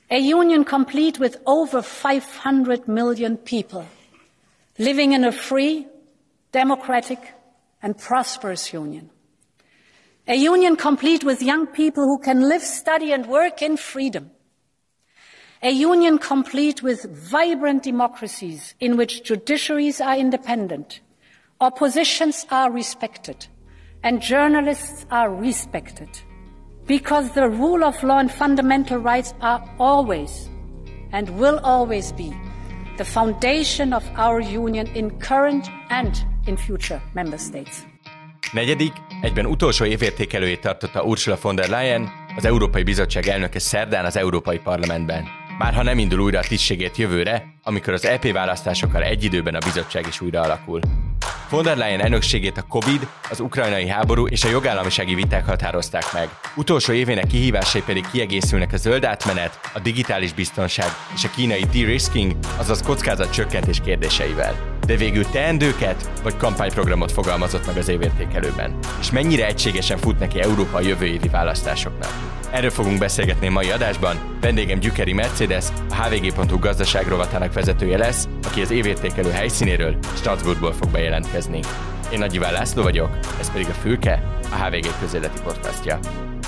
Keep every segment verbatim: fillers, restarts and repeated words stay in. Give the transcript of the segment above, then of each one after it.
A union complete with over five hundred million people living in a free, democratic and prosperous union. A union complete with young people who can live, study and work in freedom. A union complete with vibrant democracies in which judiciaries are independent, oppositions are respected, and journalists are respected, because the rule of law and fundamental rights are always and will always be the foundation of our union in current and in future member states. Negyedik, egyben utolsó évértékelőjét tartotta Ursula von der Leyen, az Európai Bizottság elnöke szerdán az Európai Parlamentben. Bárha nem indul újra a tisztségét jövőre, amikor az é pé választásokkal egy időben a bizottság is újra alakul. Von der Leyen elnökségét a Covid, az ukrajnai háború és a jogállamisági viták határozták meg. Utolsó évének kihívásai pedig kiegészülnek a zöld átmenet, a digitális biztonság és a kínai de-risking, azaz kockázatcsökkentés kérdéseivel. De végül teendőket vagy kampányprogramot fogalmazott meg az évértékelőben. És mennyire egységesen fut neki Európa a jövő évi választásoknak. Erről fogunk beszélgetni a mai adásban. Vendégem Gyükeri Mercedes, a há vé gé pont hu gazdaság rovatának vezetője lesz, aki az évértékelő helyszínéről, Strasbourgból fog bejelentkezni. Én Nagy Iván László vagyok, ez pedig a Fülke, a há vé gé közéleti podcastja.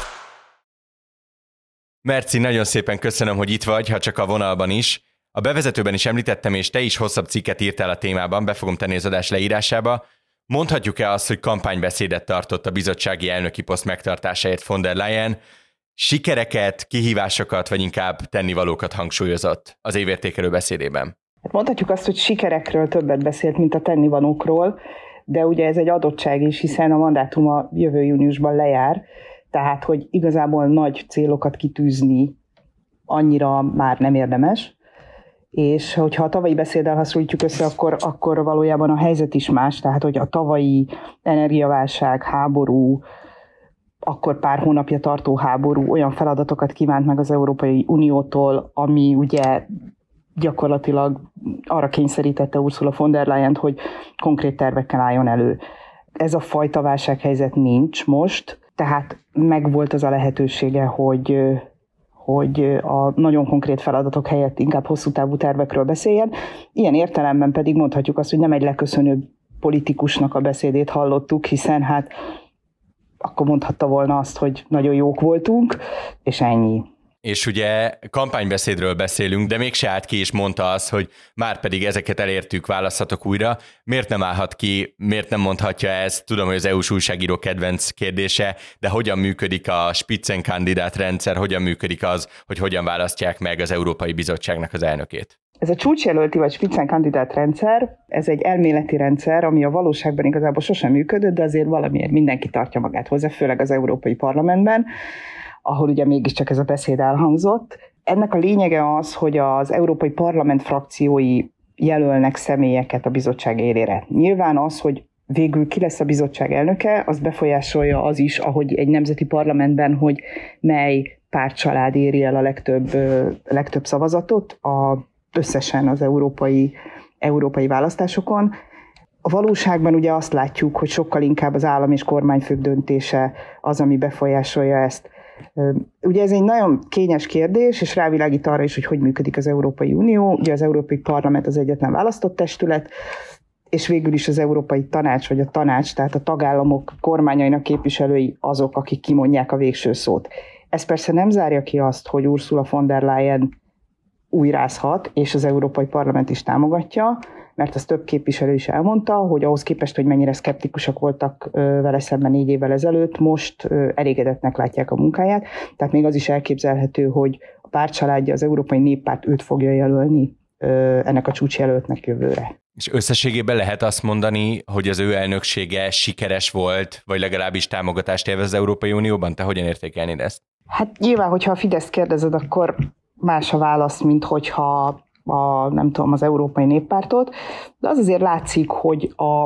Merci, nagyon szépen köszönöm, hogy itt vagy, ha csak a vonalban is. A bevezetőben is említettem, és te is hosszabb cikket írtál a témában, be fogom tenni az adás leírásába. Mondhatjuk-e azt, hogy kampánybeszédet tartott a bizottsági elnöki poszt megtartásáért von der Leyen, sikereket, kihívásokat, vagy inkább tennivalókat hangsúlyozott az évértékelő beszédében? Hát mondhatjuk azt, hogy sikerekről többet beszélt, mint a tennivalókról, de ugye ez egy adottság is, hiszen a mandátuma jövő júniusban lejár, tehát hogy igazából nagy célokat kitűzni annyira már nem érdemes, és hogyha a tavalyi beszéddel hasonlítjuk össze, akkor, akkor valójában a helyzet is más, tehát hogy a tavalyi energiaválság, háború, akkor pár hónapja tartó háború olyan feladatokat kívánt meg az Európai Uniótól, ami ugye gyakorlatilag arra kényszerítette Ursula von der Leyent, hogy konkrét tervekkel álljon elő. Ez a fajta válsághelyzet nincs most, tehát megvolt az a lehetősége, hogy, hogy a nagyon konkrét feladatok helyett inkább hosszú távú tervekről beszéljen. Ilyen értelemben pedig mondhatjuk azt, hogy nem egy leköszönő politikusnak a beszédét hallottuk, hiszen hát akkor mondhatta volna azt, hogy nagyon jók voltunk, és ennyi. És ugye kampánybeszédről beszélünk, de mégse állt ki és mondta azt, hogy már pedig ezeket elértük, választhatok újra. Miért nem állhat ki, miért nem mondhatja ezt? Tudom, hogy az é u-s újságíró kedvenc kérdése, de hogyan működik a Spitzenkandidát rendszer, hogyan működik az, hogy hogyan választják meg az Európai Bizottságnak az elnökét? Ez a csúcsjelölti vagy Spitzenkandidát rendszer, ez egy elméleti rendszer, ami a valóságban igazából sosem működött, de azért valamiért mindenki tartja magát hozzá, főleg az Európai Parlamentben, ahol ugye mégiscsak ez a beszéd elhangzott. Ennek a lényege az, hogy az Európai Parlament frakciói jelölnek személyeket a bizottság élére. Nyilván az, hogy végül ki lesz a bizottság elnöke, az befolyásolja az is, ahogy egy nemzeti parlamentben, hogy mely pártcsalád éri el a legtöbb, legtöbb szavazatot a, összesen az európai, európai választásokon. A valóságban ugye azt látjuk, hogy sokkal inkább az állam és kormányfők döntése az, ami befolyásolja ezt. Ugye ez egy nagyon kényes kérdés, és rávilágít arra is, hogy hogy működik az Európai Unió. Ugye az Európai Parlament az egyetlen választott testület, és végül is az Európai Tanács, vagy a tanács, tehát a tagállamok kormányainak képviselői azok, akik kimondják a végső szót. Ez persze nem zárja ki azt, hogy Ursula von der Leyen újrázhat, és az Európai Parlament is támogatja, mert az több képviselő is elmondta, hogy ahhoz képest, hogy mennyire szkeptikusak voltak vele szemben négy évvel ezelőtt, most elégedettnek látják a munkáját. Tehát még az is elképzelhető, hogy a pártcsaládja, az Európai Néppárt őt fogja jelölni ennek a csúcsjelöltnek jövőre. És összességében lehet azt mondani, hogy az ő elnöksége sikeres volt, vagy legalábbis támogatást élvez az Európai Unióban? Te hogyan értékelnéd ezt? Hát nyilván, hogyha a Fideszt kérdezed, akkor más a válasz, mint hogyha a, nem tudom, az Európai Néppártot, de az azért látszik, hogy a,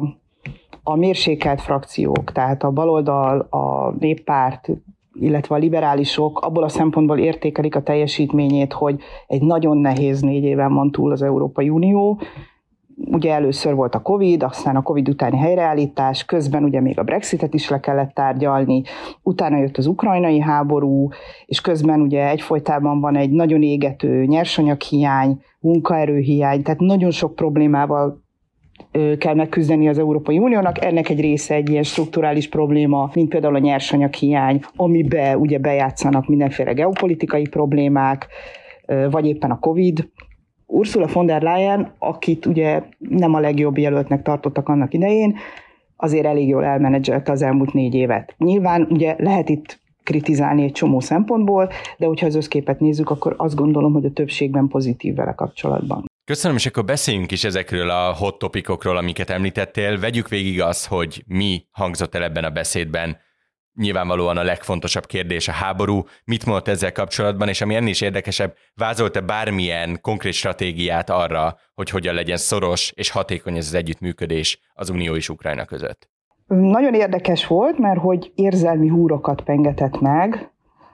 a mérsékelt frakciók, tehát a baloldal, a néppárt, illetve a liberálisok abból a szempontból értékelik a teljesítményét, hogy egy nagyon nehéz négy éven van túl az Európai Unió, ugye először volt a Covid, aztán a Covid utáni helyreállítás, közben ugye még a Brexitet is le kellett tárgyalni, utána jött az ukrajnai háború, és közben ugye egyfolytában van egy nagyon égető nyersanyaghiány, munkaerőhiány, tehát nagyon sok problémával kell megküzdeni az Európai Uniónak. Ennek egy része egy ilyen strukturális probléma, mint például a nyersanyaghiány, amiben ugye bejátszanak mindenféle geopolitikai problémák, vagy éppen a Covid. Ursula von der Leyen, akit ugye nem a legjobb jelöltnek tartottak annak idején, azért elég jól elmenedzselte az elmúlt négy évet. Nyilván ugye lehet itt kritizálni egy csomó szempontból, de hogyha az összképet nézzük, akkor azt gondolom, hogy a többségben pozitív vele kapcsolatban. Köszönöm, és akkor beszéljünk is ezekről a hot topicokról, amiket említettél. Vegyük végig azt, hogy mi hangzott el ebben a beszédben. Nyilvánvalóan a legfontosabb kérdés a háború. Mit mondott ezzel kapcsolatban, és ami ennél is érdekesebb, vázolt-e bármilyen konkrét stratégiát arra, hogy hogyan legyen szoros és hatékony ez az együttműködés az Unió és Ukrajna között? Nagyon érdekes volt, mert hogy érzelmi húrokat pengetett meg.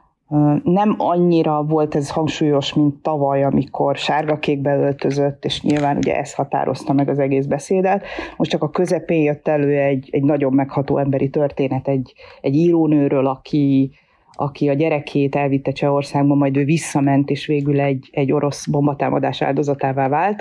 Nem annyira volt ez hangsúlyos, mint tavaly, amikor sárga-kékbe öltözött, és nyilván ugye ez határozta meg az egész beszédet. Most csak a közepén jött elő egy, egy nagyon megható emberi történet, egy, egy írónőről, aki, aki a gyerekét elvitte Csehországba, majd ő visszament, és végül egy, egy orosz bombatámadás áldozatává vált.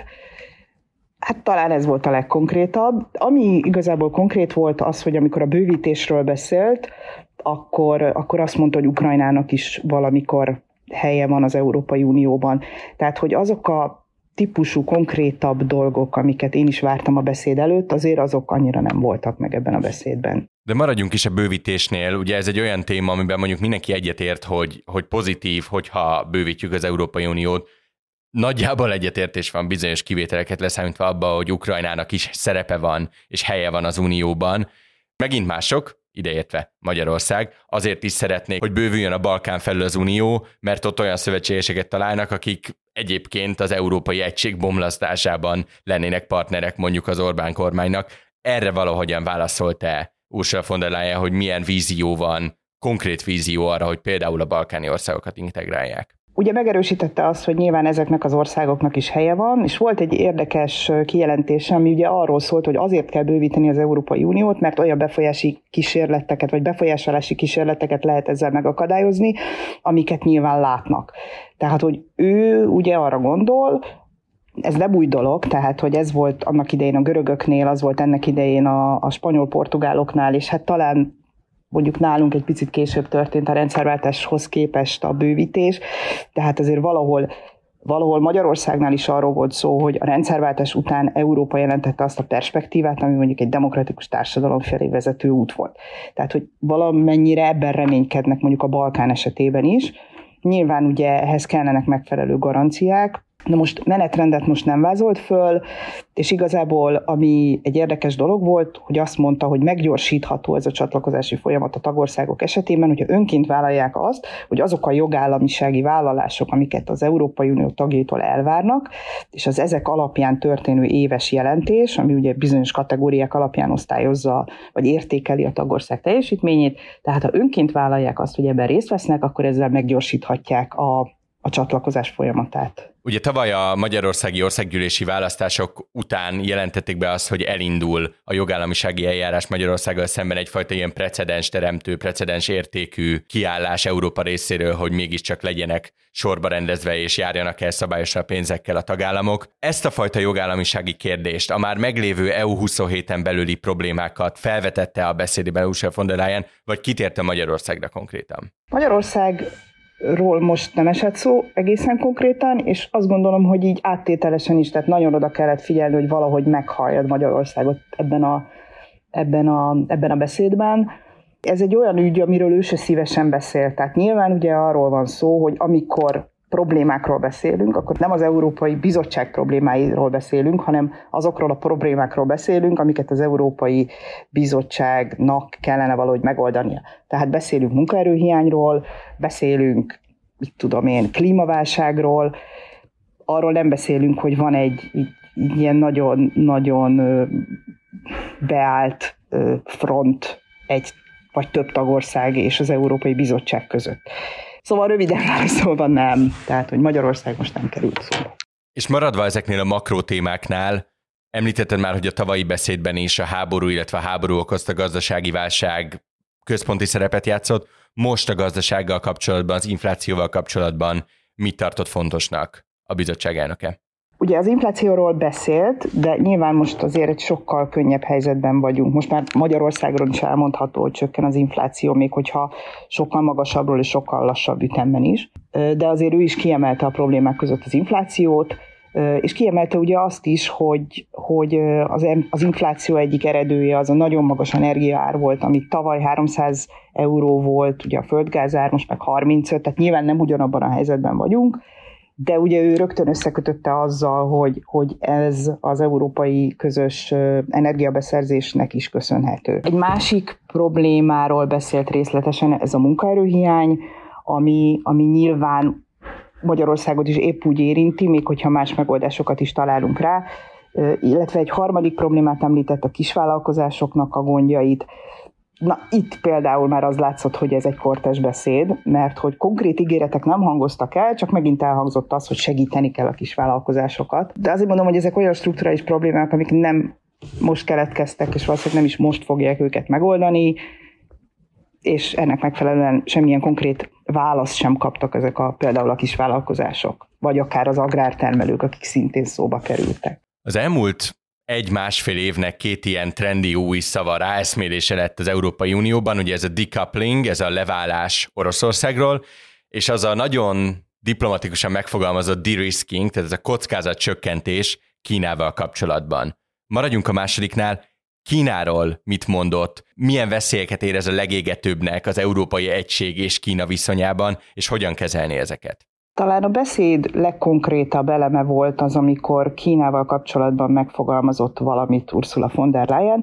Hát talán ez volt a legkonkrétabb. Ami igazából konkrét volt az, hogy amikor a bővítésről beszélt, akkor, akkor azt mondta, hogy Ukrajnának is valamikor helye van az Európai Unióban. Tehát, hogy azok a típusú, konkrétabb dolgok, amiket én is vártam a beszéd előtt, azért azok annyira nem voltak meg ebben a beszédben. De maradjunk is a bővítésnél, ugye ez egy olyan téma, amiben mondjuk mindenki egyetért, hogy, hogy pozitív, hogyha bővítjük az Európai Uniót. Nagyjából egyetértés van, bizonyos kivételeket leszámítva abba, hogy Ukrajnának is szerepe van, és helye van az Unióban. Megint mások, ideértve Magyarország, azért is szeretnék, hogy bővüljön a Balkán felül az Unió, mert ott olyan szövetségeseket találnak, akik egyébként az európai egység bomlasztásában lennének partnerek mondjuk az Orbán kormánynak. Erre valahogyan válaszolt-e Ursula von der Leyen, hogy milyen vízió van, konkrét vízió arra, hogy például a balkáni országokat integrálják? Ugye megerősítette azt, hogy nyilván ezeknek az országoknak is helye van, és volt egy érdekes kijelentése, ami ugye arról szólt, hogy azért kell bővíteni az Európai Uniót, mert olyan befolyási kísérleteket, vagy befolyásolási kísérleteket lehet ezzel megakadályozni, amiket nyilván látnak. Tehát, hogy ő ugye arra gondol, ez nem új dolog, tehát, hogy ez volt annak idején a görögöknél, az volt ennek idején a, a spanyol-portugáloknál, és hát talán mondjuk nálunk egy picit később történt a rendszerváltáshoz képest a bővítés, tehát azért valahol, valahol Magyarországnál is arról volt szó, hogy a rendszerváltás után Európa jelentette azt a perspektívát, ami mondjuk egy demokratikus társadalom felé vezető út volt. Tehát, hogy valamennyire ebben reménykednek mondjuk a Balkán esetében is. Nyilván ugye ehhez kellenek megfelelő garanciák, de most menetrendet most nem vázolt föl, és igazából ami egy érdekes dolog volt, hogy azt mondta, hogy meggyorsítható ez a csatlakozási folyamat a tagországok esetében, hogyha önként vállalják azt, hogy azok a jogállamisági vállalások, amiket az Európai Unió tagjaitól elvárnak, és az ezek alapján történő éves jelentés, ami ugye bizonyos kategóriák alapján osztályozza, vagy értékeli a tagország teljesítményét, tehát ha önként vállalják azt, hogy ebben részt vesznek, akkor ezzel meggyorsíthatják a, a csatlakozás folyamatát. Ugye tavaly a magyarországi országgyűlési választások után jelentették be azt, hogy elindul a jogállamisági eljárás Magyarországgal szemben egyfajta ilyen precedens teremtő, precedens értékű kiállás Európa részéről, hogy mégiscsak legyenek sorba rendezve és járjanak el szabályosan pénzekkel a tagállamok. Ezt a fajta jogállamisági kérdést, a már meglévő é u huszonhéten belüli problémákat felvetette a beszédében Ursula von der Leyen, vagy kitérte Magyarországra konkrétan? Magyarország ról most nem esett szó egészen konkrétan, és azt gondolom, hogy így áttételesen is, tehát nagyon oda kellett figyelni, hogy valahogy meghalljad Magyarországot ebben a, ebben a, ebben a beszédben. Ez egy olyan ügy, amiről ő se szívesen beszél. Tehát nyilván ugye arról van szó, hogy amikor problémákról beszélünk, akkor nem az Európai Bizottság problémáiról beszélünk, hanem azokról a problémákról beszélünk, amiket az Európai Bizottságnak kellene valahogy megoldania. Tehát beszélünk munkaerőhiányról, beszélünk, mit tudom én, klímaválságról, arról nem beszélünk, hogy van egy, egy ilyen nagyon-nagyon beállt front egy vagy több tagország és az Európai Bizottság között. Szóval röviden válaszolva nem. Tehát, hogy Magyarország most nem került szóba. És maradva ezeknél a makró témáknál, Említetted már, hogy a tavalyi beszédben is a háború, illetve a háború okozta gazdasági válság központi szerepet játszott. Most a gazdasággal kapcsolatban, az inflációval kapcsolatban mit tartott fontosnak a bizottság elnöke? Ugye az inflációról beszélt, de nyilván most azért egy sokkal könnyebb helyzetben vagyunk. Most már Magyarországról is elmondható, hogy csökken az infláció, még hogyha sokkal magasabbról és sokkal lassabb ütemben is. De azért ő is kiemelte a problémák között az inflációt, és kiemelte ugye azt is, hogy, hogy az, az infláció egyik eredője az a nagyon magas energiaár volt, ami tavaly háromszáz euró volt, ugye a földgázár most meg harmincöt, tehát nyilván nem ugyanabban a helyzetben vagyunk, de ugye ő rögtön összekötötte azzal, hogy, hogy ez az európai közös energiabeszerzésnek is köszönhető. Egy másik problémáról beszélt részletesen, ez a munkaerőhiány, ami, ami nyilván Magyarországot is épp úgy érinti, még hogyha más megoldásokat is találunk rá, illetve egy harmadik problémát említett, a kisvállalkozásoknak a gondjait. Na, itt például már az látszott, hogy ez egy kortes beszéd, mert hogy konkrét ígéretek nem hangoztak el, csak megint elhangzott az, hogy segíteni kell a kisvállalkozásokat. De azért mondom, hogy ezek olyan strukturális problémák, amik nem most keletkeztek, és valószínűleg nem is most fogják őket megoldani, és ennek megfelelően semmilyen konkrét választ sem kaptak ezek a, például a kisvállalkozások, vagy akár az agrártermelők, akik szintén szóba kerültek. Az elmúlt egy-másfél évnek két ilyen trendi új szava ráeszmélése lett az Európai Unióban, ugye ez a decoupling, ez a leválás Oroszországról, és az a nagyon diplomatikusan megfogalmazott de-risking, tehát ez a kockázatcsökkentés Kínával kapcsolatban. Maradjunk a másodiknál. Kínáról mit mondott, milyen veszélyeket érez a legégetőbbnek az európai egység és Kína viszonyában, és hogyan kezelni ezeket? Talán a beszéd legkonkrétabb eleme volt az, amikor Kínával kapcsolatban megfogalmazott valamit Ursula von der Leyen,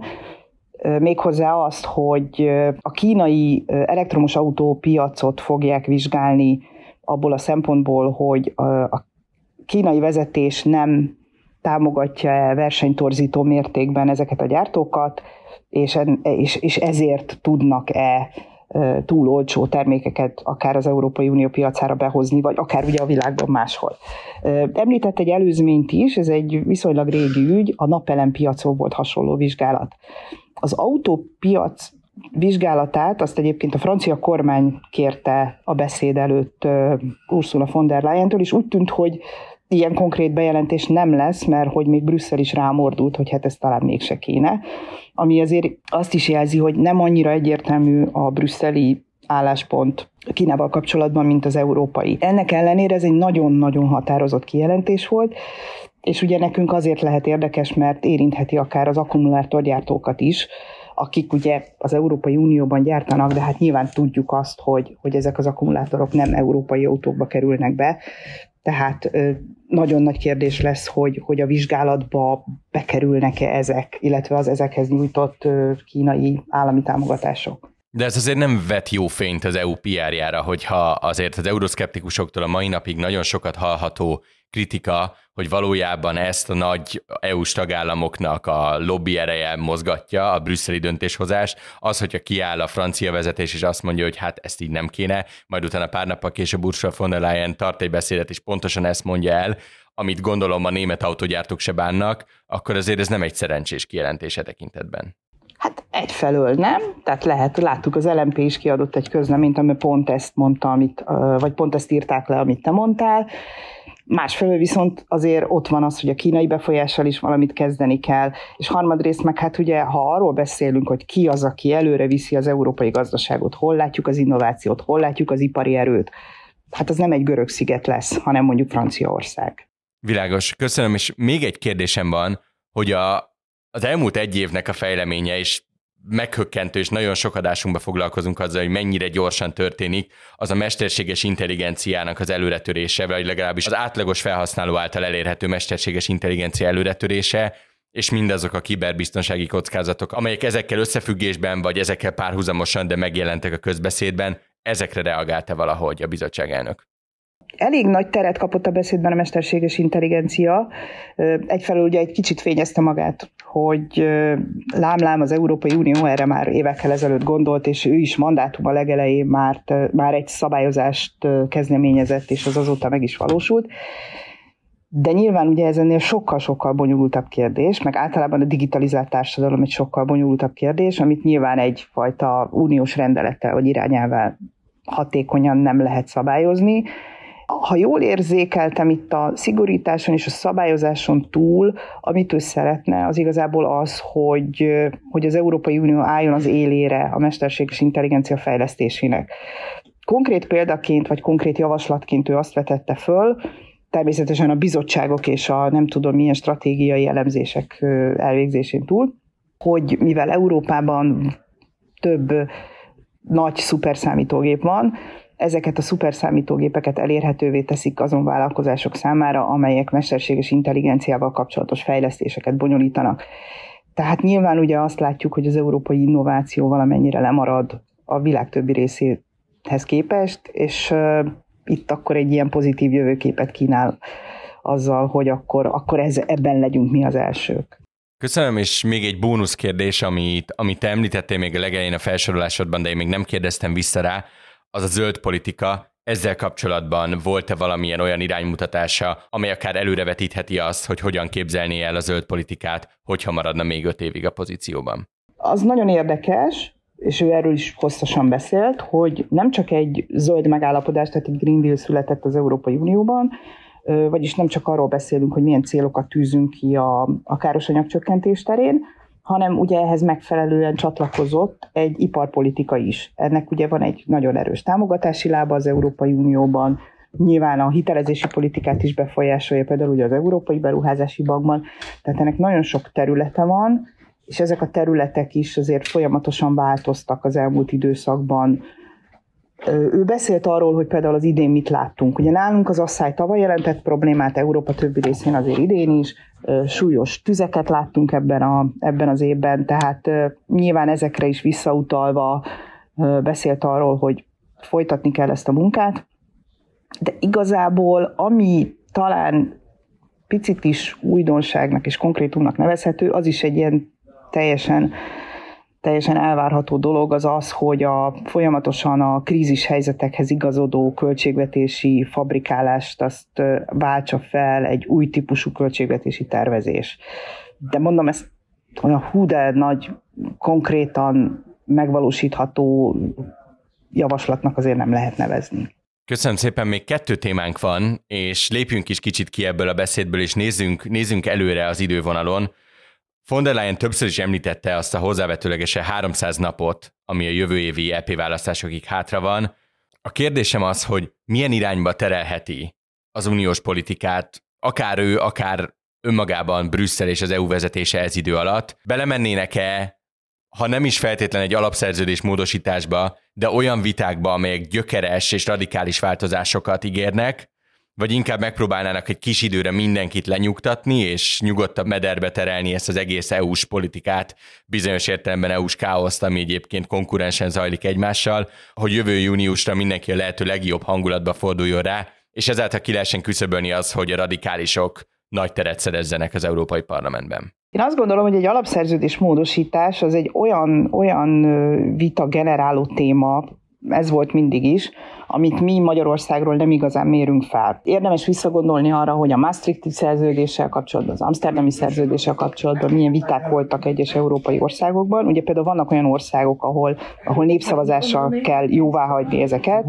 méghozzá azt, hogy a kínai elektromos autópiacot fogják vizsgálni abból a szempontból, hogy a kínai vezetés nem támogatja versenytorzító mértékben ezeket a gyártókat, és, és, és ezért tudnak-e túl olcsó termékeket akár az Európai Unió piacára behozni, vagy akár ugye a világban máshol. Említett egy előzményt is, ez egy viszonylag régi ügy, a napelem-piacon volt hasonló vizsgálat. Az autópiac vizsgálatát azt egyébként a francia kormány kérte a beszéd előtt Ursula von der Leyentől, és úgy tűnt, hogy ilyen konkrét bejelentés nem lesz, mert hogy még Brüsszel is rámordult, hogy hát ez talán mégse kéne. Ami azért azt is jelzi, hogy nem annyira egyértelmű a brüsszeli álláspont Kínával kapcsolatban, mint az európai. Ennek ellenére ez egy nagyon-nagyon határozott kijelentés volt, és ugye nekünk azért lehet érdekes, mert érintheti akár az akkumulátorgyártókat is, akik ugye az Európai Unióban gyártanak, de hát nyilván tudjuk azt, hogy, hogy ezek az akkumulátorok nem európai autókba kerülnek be, tehát nagyon nagy kérdés lesz, hogy, hogy a vizsgálatba bekerülnek-e ezek, illetve az ezekhez nyújtott kínai állami támogatások. De ez azért nem vet jó fényt az é u pé er-jára, hogyha azért az euroszkeptikusoktól a mai napig nagyon sokat hallható kritika, hogy valójában ezt a nagy é u-s tagállamoknak a lobby ereje mozgatja a brüsszeli döntéshozást, az, hogyha kiáll a francia vezetés és azt mondja, hogy hát ezt így nem kéne, majd utána pár nappal később Ursula von der Leyen tart egy beszédet, és pontosan ezt mondja el, amit gondolom a német autógyártók se bánnak, akkor azért ez nem egy szerencsés kijelentése tekintetben. Hát egyfelől nem, tehát lehet, láttuk, az el em pé is kiadott egy közleményt, ami pont ezt mondta, amit, vagy pont ezt írták le, amit te mondtál. Másfelől viszont azért ott van az, hogy a kínai befolyással is valamit kezdeni kell, és harmadrészt meg hát ugye, ha arról beszélünk, hogy ki az, aki előre viszi az európai gazdaságot, hol látjuk az innovációt, hol látjuk az ipari erőt, hát az nem egy görög sziget lesz, hanem mondjuk Franciaország. Világos, köszönöm, és még egy kérdésem van, hogy a Az elmúlt egy évnek a fejleménye is meghökkentő, és nagyon sok adásunkban foglalkozunk azzal, hogy mennyire gyorsan történik az a mesterséges intelligenciának az előretörése, vagy legalábbis az átlagos felhasználó által elérhető mesterséges intelligencia előretörése, és mindazok a kiberbiztonsági kockázatok, amelyek ezekkel összefüggésben, vagy ezekkel párhuzamosan, de megjelentek a közbeszédben, ezekre reagálta valahogy a bizottság elnök. Elég nagy teret kapott a beszédben a mesterséges intelligencia. Egyfelől ugye egy kicsit fényezte magát, hogy lám-lám az Európai Unió erre már évekkel ezelőtt gondolt, és ő is mandátuma legelején már, már egy szabályozást kezdeményezett, és az azóta meg is valósult. De nyilván ugye ez ennél sokkal-sokkal bonyolultabb kérdés, meg általában a digitalizált társadalom egy sokkal bonyolultabb kérdés, amit nyilván egyfajta uniós rendelettel vagy irányelvvel hatékonyan nem lehet szabályozni. Ha jól érzékeltem itt a szigorításon és a szabályozáson túl, amit ő szeretne, az igazából az, hogy, hogy az Európai Unió álljon az élére a mesterséges intelligencia fejlesztésének. Konkrét példaként, vagy konkrét javaslatként ő azt vetette föl, természetesen a bizottságok és a nem tudom milyen stratégiai elemzések elvégzésén túl, hogy mivel Európában több nagy szuperszámítógép van, ezeket a szuperszámítógépeket elérhetővé teszik azon vállalkozások számára, amelyek mesterséges intelligenciával kapcsolatos fejlesztéseket bonyolítanak. Tehát nyilván ugye azt látjuk, hogy az európai innováció valamennyire lemarad a világ többi részéhez képest, és uh, itt akkor egy ilyen pozitív jövőképet kínál azzal, hogy akkor, akkor ez, ebben legyünk mi az elsők. Köszönöm, és még egy bónusz kérdés, amit, amit te említettél még a legelején a felsorolásodban, de én még nem kérdeztem vissza rá, az a zöld politika. Ezzel kapcsolatban volt-e valamilyen olyan iránymutatása, amely akár előrevetítheti azt, hogy hogyan képzelné el a zöld politikát, hogyha maradna még öt évig a pozícióban? Az nagyon érdekes, és ő erről is hosszasan beszélt, hogy nem csak egy zöld megállapodás, tehát egy Green Deal született az Európai Unióban, vagyis nem csak arról beszélünk, hogy milyen célokat tűzünk ki a, a károsanyagcsökkentés terén, hanem ugye ehhez megfelelően csatlakozott egy iparpolitika is. Ennek ugye van egy nagyon erős támogatási lába az Európai Unióban, nyilván a hitelezési politikát is befolyásolja, például ugye az Európai Beruházási Bankban, tehát ennek nagyon sok területe van, és ezek a területek is azért folyamatosan változtak az elmúlt időszakban. Ő beszélt arról, hogy például az idén mit láttunk. Ugye nálunk az asszály tavaly jelentett problémát, Európa többi részén azért idén is, súlyos tüzeket láttunk ebben, a, ebben az évben, tehát nyilván ezekre is visszautalva beszélt arról, hogy folytatni kell ezt a munkát, de igazából ami talán picit is újdonságnak és konkrétumnak nevezhető, az is egy ilyen teljesen teljesen elvárható dolog az az, hogy a folyamatosan a krízis helyzetekhez igazodó költségvetési fabrikálást azt váltsa fel egy új típusú költségvetési tervezés. De mondom, ezt olyan hú de nagy, konkrétan megvalósítható javaslatnak azért nem lehet nevezni. Köszönöm szépen, még kettő témánk van, és lépjünk is kicsit ki ebből a beszédből, és nézzünk, nézzünk előre az idővonalon. Von der Leyen többször is említette azt a hozzávetőlegesen háromszáz napot, ami a jövő évi é pé választásokig hátra van. A kérdésem az, hogy milyen irányba terelheti az uniós politikát, akár ő, akár önmagában Brüsszel és az é u vezetése ez idő alatt. Belemennének-e, ha nem is feltétlenül egy alapszerződés módosításba, de olyan vitákba, amelyek gyökeres és radikális változásokat ígérnek, vagy inkább megpróbálnának egy kis időre mindenkit lenyugtatni, és nyugodtabb mederbe terelni ezt az egész é u-s politikát, bizonyos értelemben é u-s káoszt, ami egyébként konkurensen zajlik egymással, hogy jövő júniusra mindenki a lehető legjobb hangulatba forduljon rá, és ezáltal ki lehessen küszöbölni az, hogy a radikálisok nagy teret szerezzenek az Európai Parlamentben. Én azt gondolom, hogy egy alapszerződés módosítás az egy olyan, olyan vita generáló téma, ez volt mindig is, amit mi Magyarországról nem igazán mérünk fel. Érdemes visszagondolni arra, hogy a Maastrichti szerződéssel kapcsolatban, az Amsterdami szerződéssel kapcsolatban milyen viták voltak egyes európai országokban. Ugye például vannak olyan országok, ahol, ahol népszavazással kell jóváhagyni ezeket,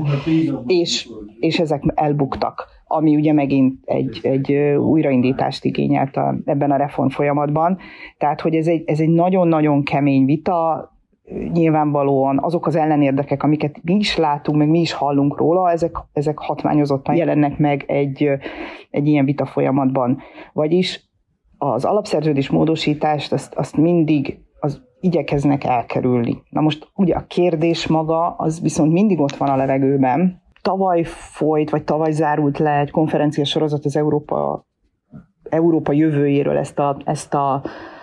és, és ezek elbuktak, ami ugye megint egy, egy újraindítást igényelt a, ebben a reform folyamatban. Tehát, hogy ez egy, ez egy nagyon-nagyon kemény vita, nyilvánvalóan azok az ellenérdekek, amiket mi is látunk, meg mi is hallunk róla, ezek, ezek hatványozottan jelennek meg egy, egy ilyen vita folyamatban. Vagyis az alapszerződés módosítást azt, azt mindig az igyekeznek elkerülni. Na most ugye a kérdés maga, az viszont mindig ott van a levegőben. Tavaly folyt, vagy tavaly zárult le egy konferencia sorozat az Európa, Európa jövőjéről, ezt a, ezt a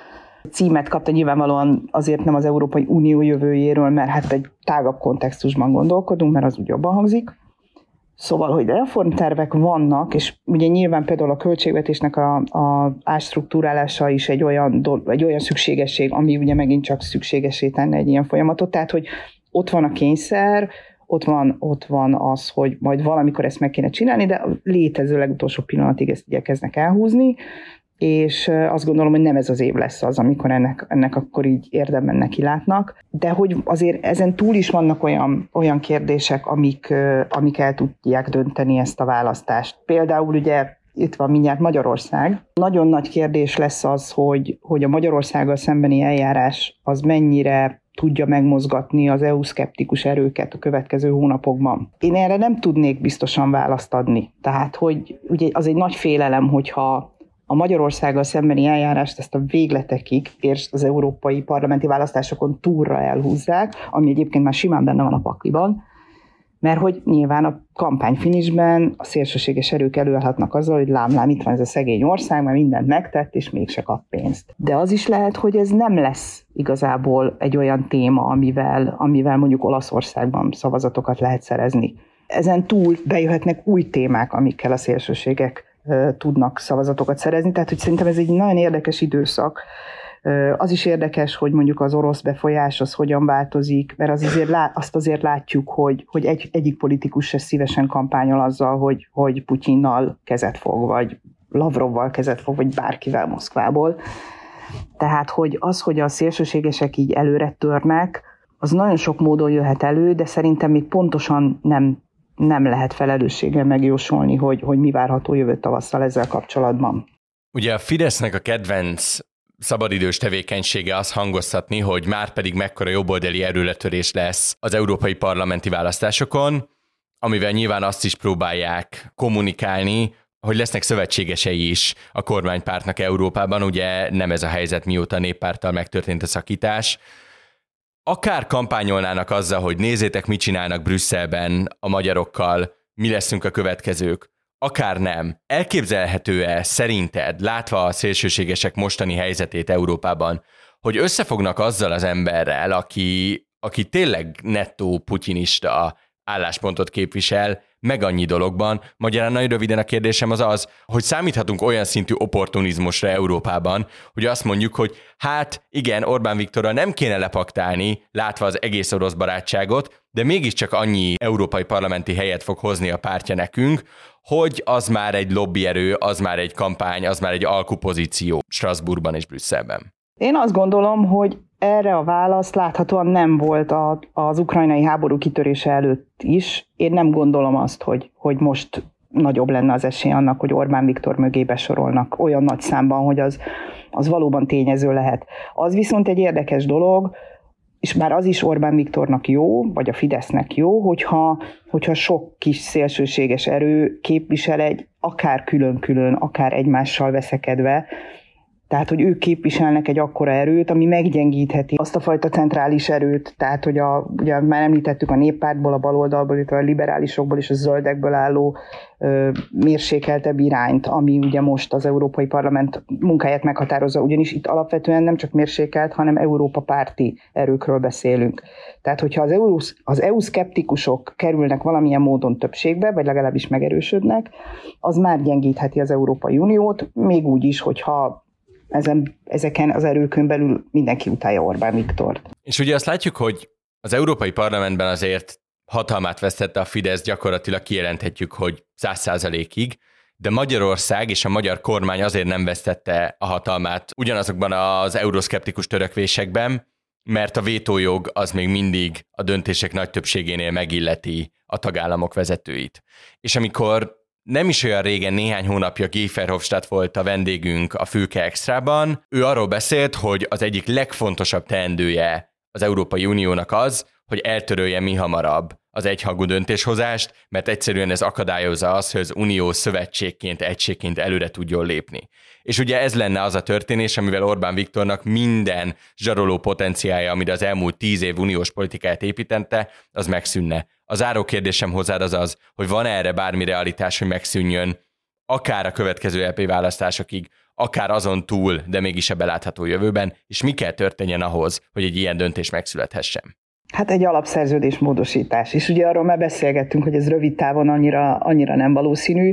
címet kapta, nyilvánvalóan azért nem az Európai Unió jövőjéről, mert hát egy tágabb kontextusban gondolkodunk, mert az úgy jobban hangzik. Szóval, hogy reformtervek vannak, és ugye nyilván például a költségvetésnek a, a átstruktúrálása is egy olyan, egy olyan szükségesség, ami ugye megint csak szükségessé tenne egy ilyen folyamatot, tehát hogy ott van a kényszer, ott van, ott van az, hogy majd valamikor ezt meg kéne csinálni, de a létező legutolsó pillanatig ezt igyekeznek elhúzni, és azt gondolom, hogy nem ez az év lesz az, amikor ennek, ennek akkor így érdemben nekilátnak. De hogy azért ezen túl is vannak olyan, olyan kérdések, amik, amik el tudják dönteni ezt a választást. Például ugye itt van mindjárt Magyarország. Nagyon nagy kérdés lesz az, hogy, hogy a Magyarországgal szembeni eljárás az mennyire tudja megmozgatni az é u-szkeptikus erőket a következő hónapokban. Én erre nem tudnék biztosan választ adni. Tehát, hogy ugye az egy nagy félelem, hogyha a Magyarországgal szembeni eljárást ezt a végletekig, és az európai parlamenti választásokon túlra elhúzzák, ami egyébként már simán benne van a pakliban, mert hogy nyilván a kampányfinisben a szélsőséges erők előállhatnak azzal, hogy lám-lám, itt van ez a szegény ország, mert mindent megtett, és mégse kap pénzt. De az is lehet, hogy ez nem lesz igazából egy olyan téma, amivel, amivel mondjuk Olaszországban szavazatokat lehet szerezni. Ezen túl bejöhetnek új témák, amikkel a szélsőségek tudnak szavazatokat szerezni, tehát hogy szerintem ez egy nagyon érdekes időszak. Az is érdekes, hogy mondjuk az orosz befolyás az hogyan változik, mert az azért lá, azt azért látjuk, hogy, hogy egy, egyik politikus se szívesen kampányol azzal, hogy, hogy Putyinnal kezet fog, vagy Lavrovval kezet fog, vagy bárkivel Moszkvából. Tehát, hogy az, hogy a szélsőségesek így előre törnek, az nagyon sok módon jöhet elő, de szerintem még pontosan nem nem lehet felelősséggel megjósolni, hogy, hogy mi várható jövő tavasszal ezzel kapcsolatban. Ugye a Fidesznek a kedvenc szabadidős tevékenysége az hangoztatni, hogy már pedig mekkora jobboldali erőletörés lesz az európai parlamenti választásokon, amivel nyilván azt is próbálják kommunikálni, hogy lesznek szövetségesei is a kormánypártnak Európában, ugye nem ez a helyzet, mióta a Néppárttal megtörtént a szakítás. Akár kampányolnának azzal, hogy nézzétek, mit csinálnak Brüsszelben a magyarokkal, mi leszünk a következők, akár nem. Elképzelhető-e szerinted, látva a szélsőségesek mostani helyzetét Európában, hogy összefognak azzal az emberrel, aki, aki tényleg nettó putyinista álláspontot képvisel, meg annyi dologban. Magyarán nagyon röviden a kérdésem az az, hogy számíthatunk olyan szintű opportunizmusra Európában, hogy azt mondjuk, hogy hát igen, Orbán Viktorral nem kéne lepaktálni, látva az egész orosz barátságot, de mégiscsak annyi európai parlamenti helyet fog hozni a pártja nekünk, hogy az már egy lobbyerő, az már egy kampány, az már egy alkupozíció Strasbourgban és Brüsszelben. Én azt gondolom, hogy erre a válasz láthatóan nem volt a, az ukrajnai háború kitörése előtt is. Én nem gondolom azt, hogy, hogy most nagyobb lenne az esély annak, hogy Orbán Viktor mögé besorolnak olyan nagy számban, hogy az, az valóban tényező lehet. Az viszont egy érdekes dolog, és már az is Orbán Viktornak jó, vagy a Fidesznek jó, hogyha, hogyha sok kis szélsőséges erő képvisel egy, akár külön-külön, akár egymással veszekedve, tehát, hogy ők képviselnek egy akkora erőt, ami meggyengítheti azt a fajta centrális erőt, tehát, hogy a, ugye már említettük a néppártból, a baloldalból, illetve a liberálisokból és a zöldekből álló ö, mérsékeltebb irányt, ami ugye most az Európai Parlament munkáját meghatározza, ugyanis itt alapvetően nem csak mérsékelt, hanem Európa párti erőkről beszélünk. Tehát, hogyha az é u, az é u-szkeptikusok kerülnek valamilyen módon többségbe, vagy legalábbis megerősödnek, az már gyengítheti az Európai Uniót, még úgy is, hogyha Ezen, ezeken az erőkön belül mindenki utálja Orbán Viktort. És ugye azt látjuk, hogy az Európai Parlamentben azért hatalmát vesztette a Fidesz, gyakorlatilag kijelenthetjük, hogy száz százalékig, de Magyarország és a magyar kormány azért nem vesztette a hatalmát ugyanazokban az euroszkeptikus törekvésekben, mert a vétójog az még mindig a döntések nagy többségénél megilleti a tagállamok vezetőit. És amikor nem is olyan régen, néhány hónapja Guy Verhofstadt volt a vendégünk a Fülke Extrában. Ő arról beszélt, hogy az egyik legfontosabb teendője az Európai Uniónak az, hogy eltörölje mihamarabb az egyhangú döntéshozást, mert egyszerűen ez akadályozza azt, hogy az Unió szövetségként, egységként előre tudjon lépni. És ugye ez lenne az a történés, amivel Orbán Viktornak minden zsaroló potenciálja, amire az elmúlt tíz év uniós politikát építette, az megszűnne. A záró kérdésem hozzád az az, hogy van erre bármi realitás, hogy megszűnjön, akár a következő é pé választásokig, akár azon túl, de mégis a belátható jövőben, és mi kell történjen ahhoz, hogy egy ilyen döntés megszülethessen? Hát egy alapszerződés módosítás. És ugye arról már beszélgettünk, hogy ez rövid távon annyira, annyira nem valószínű.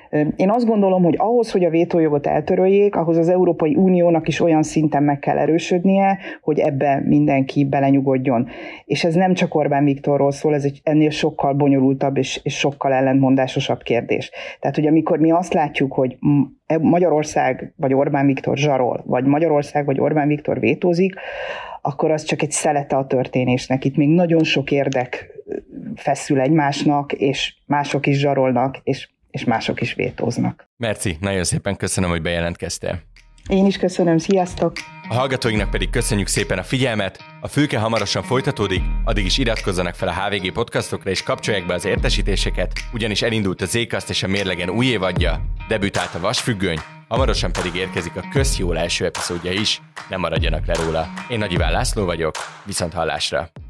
Én azt gondolom, hogy ahhoz, hogy a vétójogot eltöröljék, ahhoz az Európai Uniónak is olyan szinten meg kell erősödnie, hogy ebbe mindenki belenyugodjon. És ez nem csak Orbán Viktorról szól, ez egy ennél sokkal bonyolultabb és, és sokkal ellentmondásosabb kérdés. Tehát, hogy amikor mi azt látjuk, hogy Magyarország vagy Orbán Viktor zsarol, vagy Magyarország vagy Orbán Viktor vétózik, akkor az csak egy szelete a történésnek. Itt még nagyon sok érdek feszül egymásnak, és mások is zsarolnak, és, és mások is vétóznak. Merci, nagyon szépen köszönöm, hogy bejelentkeztél. Én is köszönöm, sziasztok! A hallgatóinknak pedig köszönjük szépen a figyelmet, a Fülke hamarosan folytatódik, addig is iratkozzanak fel a há vé gé podcastokra és kapcsolják be az értesítéseket, ugyanis elindult a Zcast és a Mérlegen új évadja, debütált a Vasfüggöny, hamarosan pedig érkezik a Közjól első epizódja is, ne maradjanak le róla. Én Nagy Iván László vagyok, viszont hallásra!